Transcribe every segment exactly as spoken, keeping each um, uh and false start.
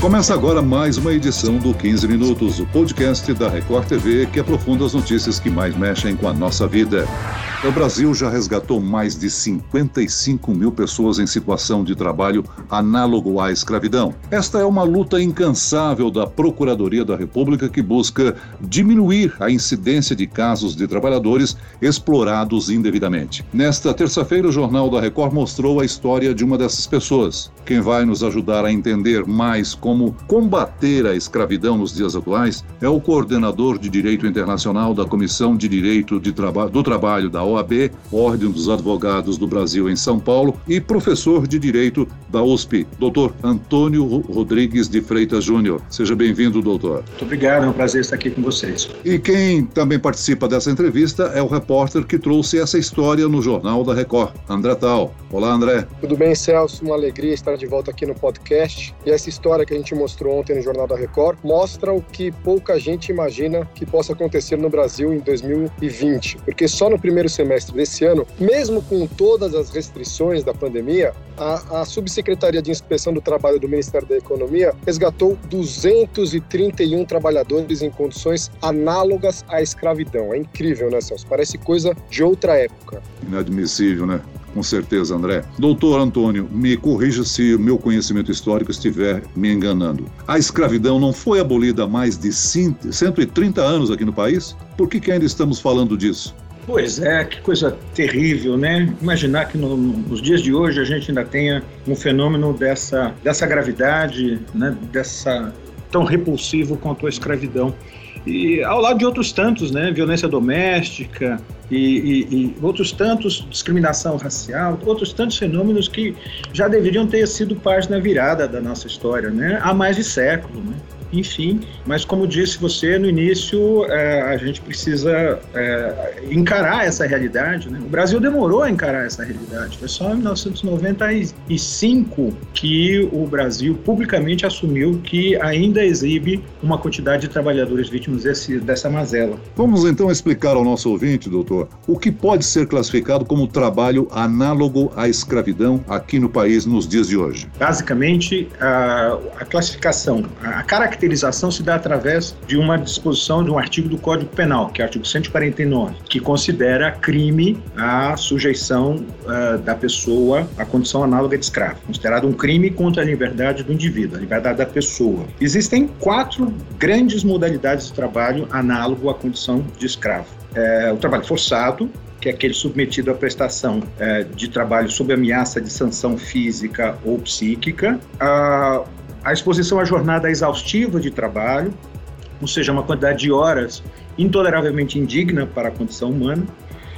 Começa agora mais uma edição do quinze Minutos, o podcast da Record T V que aprofunda as notícias que mais mexem com a nossa vida. O Brasil já resgatou mais de cinquenta e cinco mil pessoas em situação de trabalho análogo à escravidão. Esta é uma luta incansável da Procuradoria da República que busca diminuir a incidência de casos de trabalhadores explorados indevidamente. Nesta terça-feira, o Jornal da Record mostrou a história de uma dessas pessoas. Quem vai nos ajudar a entender mais como combater a escravidão nos dias atuais é o coordenador de Direito Internacional da Comissão de Direito de Traba- do Trabalho da O A B, Ordem dos Advogados do Brasil em São Paulo, e professor de Direito da U S P, doutor Antônio Rodrigues de Freitas Júnior. Seja bem-vindo, doutor. Muito obrigado, é um prazer estar aqui com vocês. E quem também participa dessa entrevista é o repórter que trouxe essa história no Jornal da Record, André Tal. Olá, André. Tudo bem, Celso? Uma alegria estar de volta aqui no podcast. E essa história que a gente mostrou ontem no Jornal da Record mostra o que pouca gente imagina que possa acontecer no Brasil em dois mil e vinte. Porque só no primeiro semestre desse ano, mesmo com todas as restrições da pandemia, a, a Subsecretaria de Inspeção do Trabalho do Ministério da Economia resgatou duzentos e trinta e um trabalhadores em condições análogas à escravidão. É incrível, né, Celso? Parece coisa de outra época. Inadmissível, né? Com certeza, André. Doutor Antônio, me corrija se o meu conhecimento histórico estiver me enganando. A escravidão não foi abolida há mais de cento e trinta anos aqui no país? Por que que ainda estamos falando disso? Pois é, que coisa terrível, né? Imaginar que no, nos dias de hoje a gente ainda tenha um fenômeno dessa, dessa gravidade, né? Dessa tão repulsivo quanto a escravidão. E ao lado de outros tantos, né? Violência doméstica e, e, e outros tantos, discriminação racial, outros tantos fenômenos que já deveriam ter sido página virada da nossa história, né? Há mais de século, né? Enfim, mas como disse você no início, é, a gente precisa é, encarar essa realidade, né? O Brasil demorou a encarar essa realidade. Foi só em mil novecentos e noventa e cinco que o Brasil publicamente assumiu que ainda exibe uma quantidade de trabalhadores vítimas desse, dessa mazela. Vamos então explicar ao nosso ouvinte, doutor, o que pode ser classificado como trabalho análogo à escravidão aqui no país nos dias de hoje. Basicamente, a, a classificação, a caracterização caracterização se dá através de uma disposição de um artigo do Código Penal, que é o artigo cento e quarenta e nove, que considera crime a sujeição uh, da pessoa à condição análoga de escravo, considerado um crime contra a liberdade do indivíduo, a liberdade da pessoa. Existem quatro grandes modalidades de trabalho análogo à condição de escravo. É, o trabalho forçado, que é aquele submetido à prestação é, de trabalho sob ameaça de sanção física ou psíquica, a A exposição à jornada exaustiva de trabalho, ou seja, uma quantidade de horas intoleravelmente indigna para a condição humana.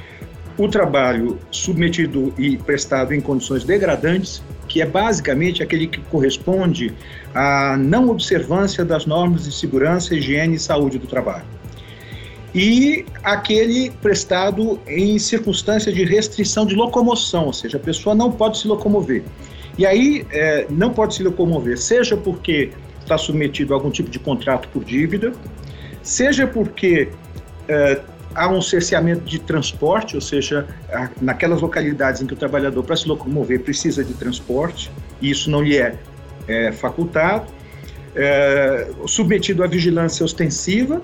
O trabalho submetido e prestado em condições degradantes, que é basicamente aquele que corresponde à não observância das normas de segurança, higiene e saúde do trabalho. E aquele prestado em circunstâncias de restrição de locomoção, ou seja, a pessoa não pode se locomover. E aí, é, não pode se locomover, seja porque está submetido a algum tipo de contrato por dívida, seja porque é, há um cerceamento de transporte, ou seja, a, naquelas localidades em que o trabalhador, para se locomover, precisa de transporte, e isso não lhe é, é facultado, é, submetido à vigilância ostensiva,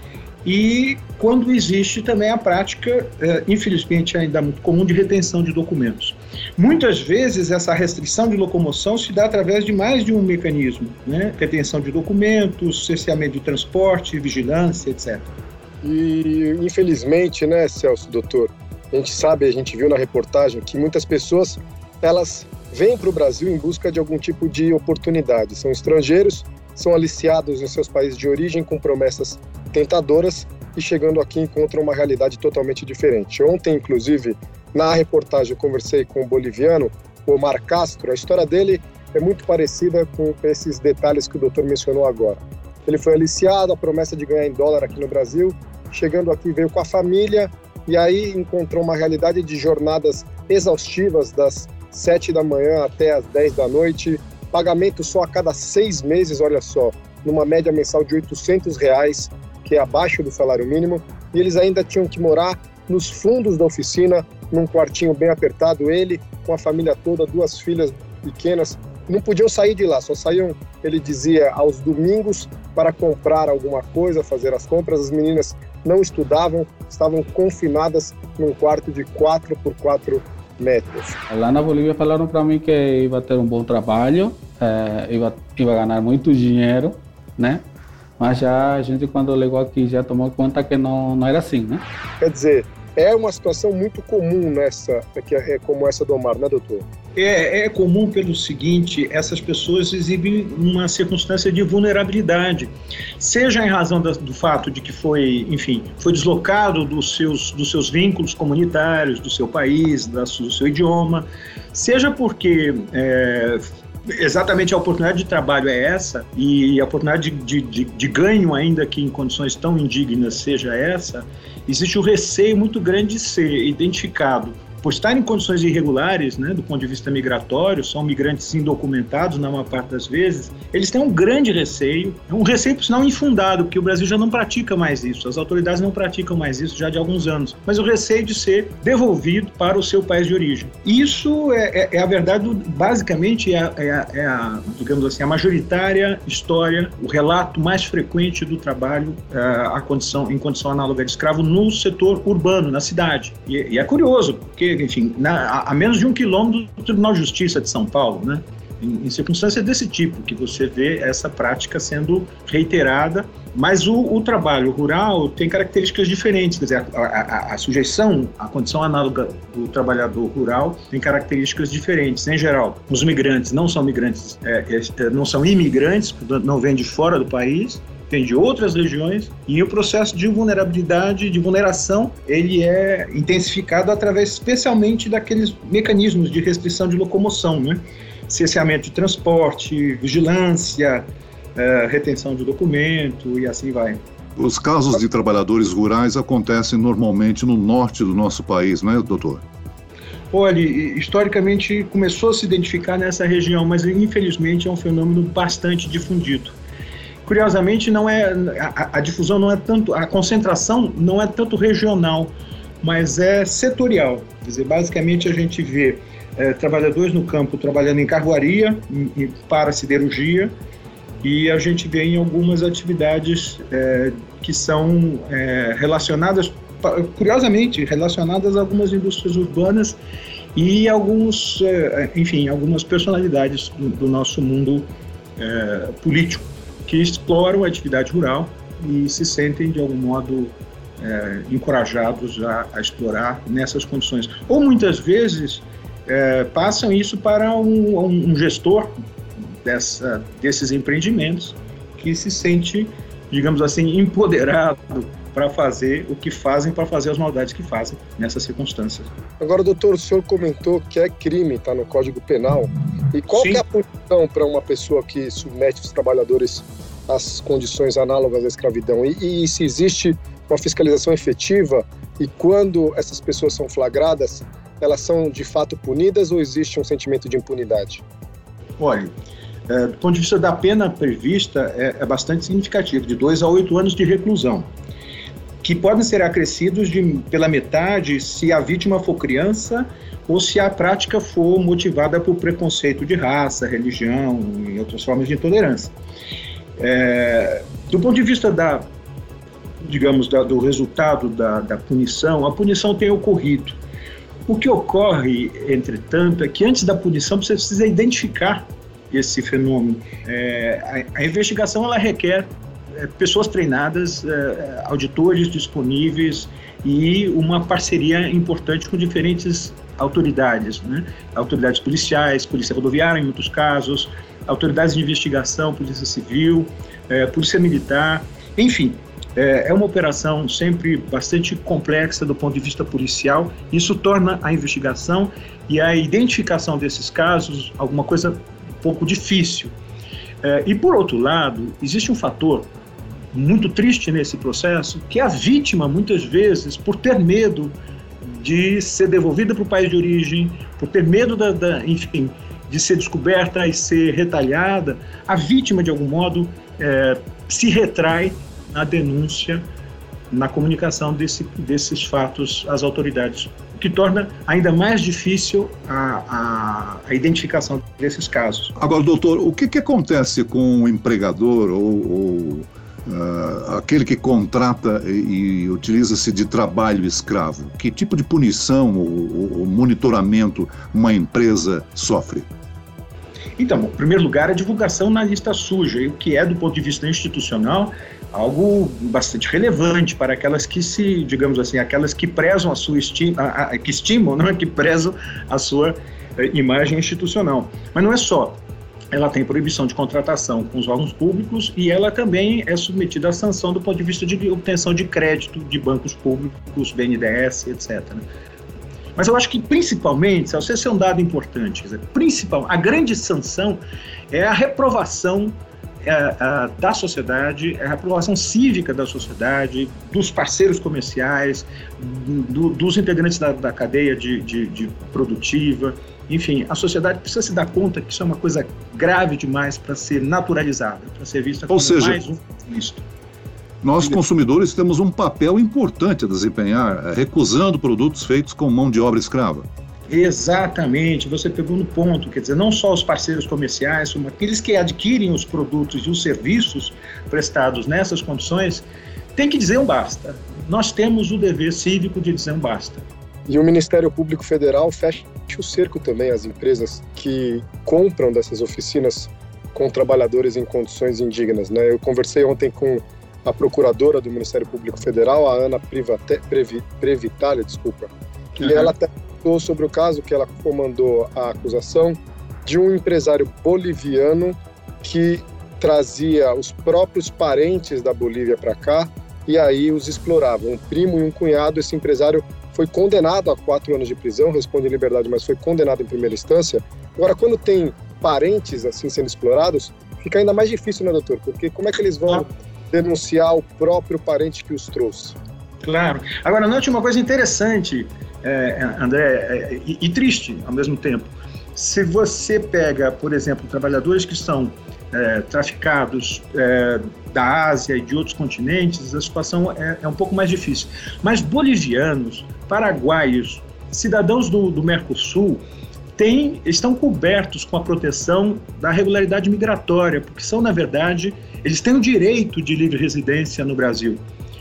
e quando existe também a prática, é, infelizmente ainda muito comum, de retenção de documentos. Muitas vezes essa restrição de locomoção se dá através de mais de um mecanismo, né? Retenção de documentos, cerceamento de transporte, vigilância, etcétera. E infelizmente, né, Celso, doutor, a gente sabe, a gente viu na reportagem que muitas pessoas, elas vêm para o Brasil em busca de algum tipo de oportunidade. São estrangeiros, são aliciados em seus países de origem com promessas tentadoras e chegando aqui encontram uma realidade totalmente diferente. Ontem, inclusive, na reportagem eu conversei com o boliviano, o Omar Castro. A história dele é muito parecida com esses detalhes que o doutor mencionou agora. Ele foi aliciado, a promessa de ganhar em dólar aqui no Brasil, chegando aqui veio com a família e aí encontrou uma realidade de jornadas exaustivas das sete da manhã até as dez da noite, pagamento só a cada seis meses, olha só, numa média mensal de oitocentos reais, que é abaixo do salário mínimo, e eles ainda tinham que morar nos fundos da oficina, num quartinho bem apertado, ele com a família toda, duas filhas pequenas, não podiam sair de lá, só saíam, ele dizia, aos domingos para comprar alguma coisa, fazer as compras. As meninas não estudavam, estavam confinadas num quarto de quatro por quatro metros. Lá na Bolívia falaram para mim que ia ter um bom trabalho, é, ia, ia ganhar muito dinheiro, né? Mas já a gente, quando chegou aqui, já tomou conta que não, não era assim, né? Quer dizer, é uma situação muito comum nessa, que é como essa do Omar, né, doutor? É, é comum pelo seguinte, essas pessoas exibem uma circunstância de vulnerabilidade, seja em razão do, do fato de que foi, enfim, foi deslocado dos seus, dos seus vínculos comunitários, do seu país, da, do seu idioma, seja porque é, exatamente a oportunidade de trabalho é essa, e a oportunidade de, de, de ganho, ainda que em condições tão indignas, seja essa, existe o receio muito grande de ser identificado por estar em condições irregulares, né, do ponto de vista migratório, são migrantes indocumentados na maior parte das vezes, eles têm um grande receio, um receio por sinal infundado, porque o Brasil já não pratica mais isso, as autoridades não praticam mais isso já de alguns anos, mas o receio de ser devolvido para o seu país de origem. Isso é, é, é a verdade, basicamente é a, é, a, é a, digamos assim, a majoritária história, o relato mais frequente do trabalho a condição, em condição análoga de escravo no setor urbano, na cidade. E, e é curioso, porque enfim, na, a menos de um quilômetro do Tribunal de Justiça de São Paulo, né? Em, em circunstâncias desse tipo, que você vê essa prática sendo reiterada, mas o, o trabalho rural tem características diferentes, quer dizer, a, a, a sujeição à condição análoga do trabalhador rural tem características diferentes. Em geral, os migrantes não são migrantes, é, é, não são imigrantes, não vêm de fora do país, tem de outras regiões, e o processo de vulnerabilidade, de vulneração, ele é intensificado através especialmente daqueles mecanismos de restrição de locomoção, né? Cerceamento de transporte, vigilância, uh, retenção de documento e assim vai. Os casos de trabalhadores rurais acontecem normalmente no norte do nosso país, não é, doutor? Olha, historicamente começou a se identificar nessa região, mas infelizmente é um fenômeno bastante difundido. Curiosamente, não é, a, a difusão não é tanto, a concentração não é tanto regional, mas é setorial. Quer dizer, basicamente a gente vê é, trabalhadores no campo trabalhando em carvoaria, em, em, para siderurgia, e a gente vê em algumas atividades é, que são é, relacionadas, curiosamente, relacionadas a algumas indústrias urbanas e alguns, é, enfim, algumas personalidades do, do nosso mundo é, político, que exploram a atividade rural e se sentem, de algum modo, é, encorajados a, a explorar nessas condições. Ou, muitas vezes, é, passam isso para um, um gestor dessa, desses empreendimentos que se sente, digamos assim, empoderado para fazer o que fazem, para fazer as maldades que fazem nessas circunstâncias. Agora, doutor, o senhor comentou que é crime, está no Código Penal. E qual que é a punição para uma pessoa que submete os trabalhadores às condições análogas à escravidão? E, e se existe uma fiscalização efetiva e quando essas pessoas são flagradas, elas são de fato punidas ou existe um sentimento de impunidade? Olha, é, do ponto de vista da pena prevista, é, é bastante significativo, de dois a oito anos de reclusão, que podem ser acrescidos de, pela metade se a vítima for criança ou se a prática for motivada por preconceito de raça, religião e outras formas de intolerância. É, do ponto de vista da, digamos, da, do resultado da, da punição, a punição tem ocorrido. O que ocorre, entretanto, é que antes da punição você precisa identificar esse fenômeno. É, a, a investigação ela requer é, pessoas treinadas, é, auditores disponíveis e uma parceria importante com diferentes autoridades, né? Autoridades policiais, polícia rodoviária em muitos casos, autoridades de investigação, polícia civil, é, polícia militar, enfim, é, é uma operação sempre bastante complexa do ponto de vista policial. Isso torna a investigação e a identificação desses casos alguma coisa um pouco difícil. É, e por outro lado, existe um fator muito triste nesse processo, que a vítima, muitas vezes, por ter medo de ser devolvida para o país de origem, por ter medo, da, da, enfim, de ser descoberta e ser retalhada, a vítima, de algum modo, é, se retrai na denúncia, na comunicação desse, desses fatos às autoridades o que torna ainda mais difícil a, a, a identificação desses casos. Agora, doutor, o que, que acontece com o empregador ou, ou uh, aquele que contrata e, e utiliza-se de trabalho escravo? Que tipo de punição ou, ou monitoramento uma empresa sofre? Então, em primeiro lugar, a divulgação na lista suja, e o que é, do ponto de vista institucional, algo bastante relevante para aquelas que se, digamos assim, aquelas que prezam a sua estima, a, a, que estimam, não é, que prezam a sua eh, imagem institucional. Mas não é só. Ela tem proibição de contratação com os órgãos públicos e ela também é submetida à sanção do ponto de vista de obtenção de crédito de bancos públicos, B N D E S, etcétera. Mas eu acho que, principalmente, se esse é um dado importante, quer dizer, principal, a grande sanção é a reprovação é, a, da sociedade, é a reprovação cívica da sociedade, dos parceiros comerciais, do, dos integrantes da, da cadeia de, de, de produtiva. Enfim, a sociedade precisa se dar conta que isso é uma coisa grave demais para ser naturalizada, para ser vista como seja, mais um visto. Nós, consumidores, temos um papel importante a desempenhar, recusando produtos feitos com mão de obra escrava. Exatamente, você pegou no ponto, quer dizer, não só os parceiros comerciais, como aqueles que adquirem os produtos e os serviços prestados nessas condições, tem que dizer um basta. Nós temos o dever cívico de dizer um basta. E o Ministério Público Federal fecha o cerco também às empresas que compram dessas oficinas com trabalhadores em condições indignas, né? Eu conversei ontem com a procuradora do Ministério Público Federal, a Ana Private, Previ, Previtale, desculpa, e uhum. ela até falou sobre o caso que ela comandou a acusação de um empresário boliviano que trazia os próprios parentes da Bolívia para cá e aí os explorava. Um primo e um cunhado, esse empresário foi condenado a quatro anos de prisão, responde em liberdade, mas foi condenado em primeira instância. Agora, quando tem parentes assim sendo explorados, fica ainda mais difícil, né, doutor? Porque como é que eles vão denunciar o próprio parente que os trouxe? Claro. Agora, note uma coisa interessante, é, André, é, e, e triste ao mesmo tempo. Se você pega, por exemplo, trabalhadores que são é, traficados é, da Ásia e de outros continentes, a situação é, é um pouco mais difícil. Mas bolivianos, paraguaios, cidadãos do, do Mercosul, Tem, estão cobertos com a proteção da regularidade migratória, porque são, na verdade, eles têm o direito de livre residência no Brasil,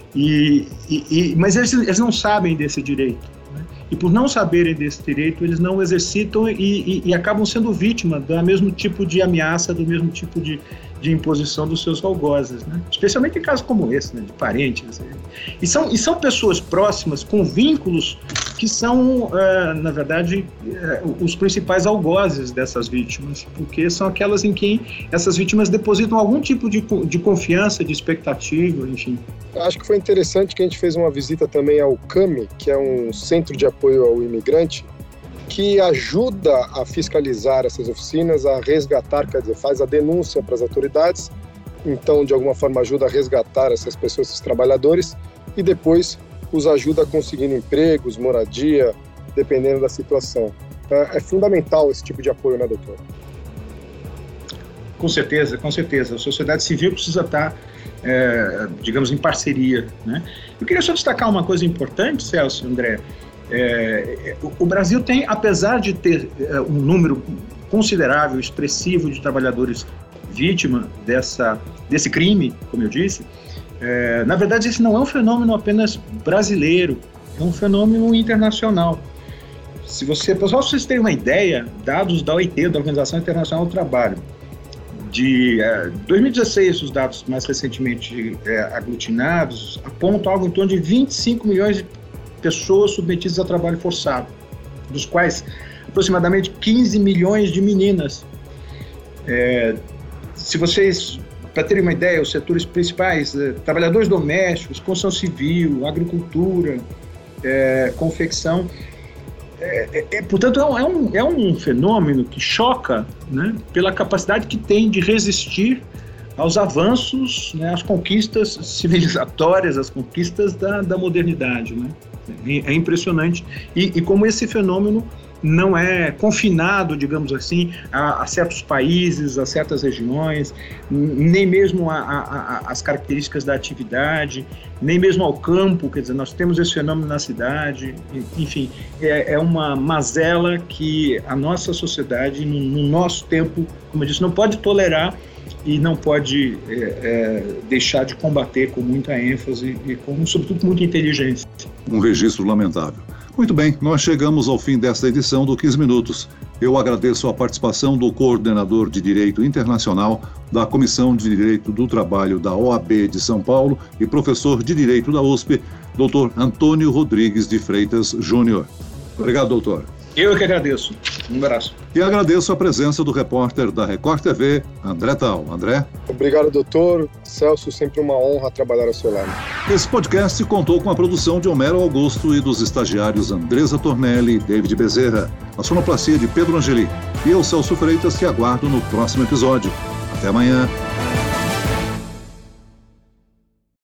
e, e, e, mas eles, eles não sabem desse direito, né? E por não saberem desse direito, eles não exercitam e, e, e acabam sendo vítima do mesmo tipo de ameaça, do mesmo tipo de, de imposição dos seus algozes, né? Especialmente em casos como esse, né? De parentes. E são, e são pessoas próximas, com vínculos que são, uh, na verdade, uh, os principais algozes dessas vítimas, porque são aquelas em quem essas vítimas depositam algum tipo de, de confiança, de expectativa, enfim. Acho que foi interessante que a gente fez uma visita também ao CAMI, que é um centro de apoio ao imigrante, que ajuda a fiscalizar essas oficinas, a resgatar, quer dizer, faz a denúncia para as autoridades, então, de alguma forma, ajuda a resgatar essas pessoas, esses trabalhadores, e depois os ajuda a conseguir empregos, moradia, dependendo da situação. É, é fundamental esse tipo de apoio, né, doutor? Com certeza, com certeza. A sociedade civil precisa estar, é, digamos, em parceria, né? Eu queria só destacar uma coisa importante, Celso, André. É, o Brasil tem, apesar de ter é, um número considerável, expressivo de trabalhadores vítima dessa, desse crime, como eu disse, é, na verdade esse não é um fenômeno apenas brasileiro, é um fenômeno internacional. Se você, pessoal, para vocês terem uma ideia, dados da O I T, da Organização Internacional do Trabalho, de é, dois mil e dezesseis, os dados mais recentemente é, aglutinados, apontam algo em torno de vinte e cinco milhões de pessoas submetidas a trabalho forçado, dos quais aproximadamente quinze milhões de meninas. É, se vocês, para terem uma ideia, os setores principais, é, trabalhadores domésticos, construção civil, agricultura, é, confecção, é, é, é, portanto é um, é um fenômeno que choca, né, pela capacidade que tem de resistir aos avanços, né, às conquistas civilizatórias, às conquistas da, da modernidade, né? É impressionante. E, e como esse fenômeno não é confinado, digamos assim, a, a certos países, a certas regiões, nem mesmo a, a, a, as características da atividade, nem mesmo ao campo. Quer dizer, nós temos esse fenômeno na cidade. Enfim, é, é uma mazela que a nossa sociedade, no, no nosso tempo, como eu disse, não pode tolerar e não pode é, é, deixar de combater com muita ênfase e, com, sobretudo, com muita inteligência. Um registro lamentável. Muito bem, nós chegamos ao fim desta edição do quinze Minutos. Eu agradeço a participação do coordenador de Direito Internacional da Comissão de Direito do Trabalho da O A B de São Paulo e professor de Direito da U S P, doutor Antônio Rodrigues de Freitas Júnior. Obrigado, doutor. Eu que agradeço. Um abraço. E agradeço a presença do repórter da Record T V, André Tal. André? Obrigado, doutor. Celso, sempre uma honra trabalhar ao seu lado. Esse podcast contou com a produção de Homero Augusto e dos estagiários Andresa Tornelli e David Bezerra, a sonoplastia de Pedro Angeli. E eu, Celso Freitas, te aguardo no próximo episódio. Até amanhã.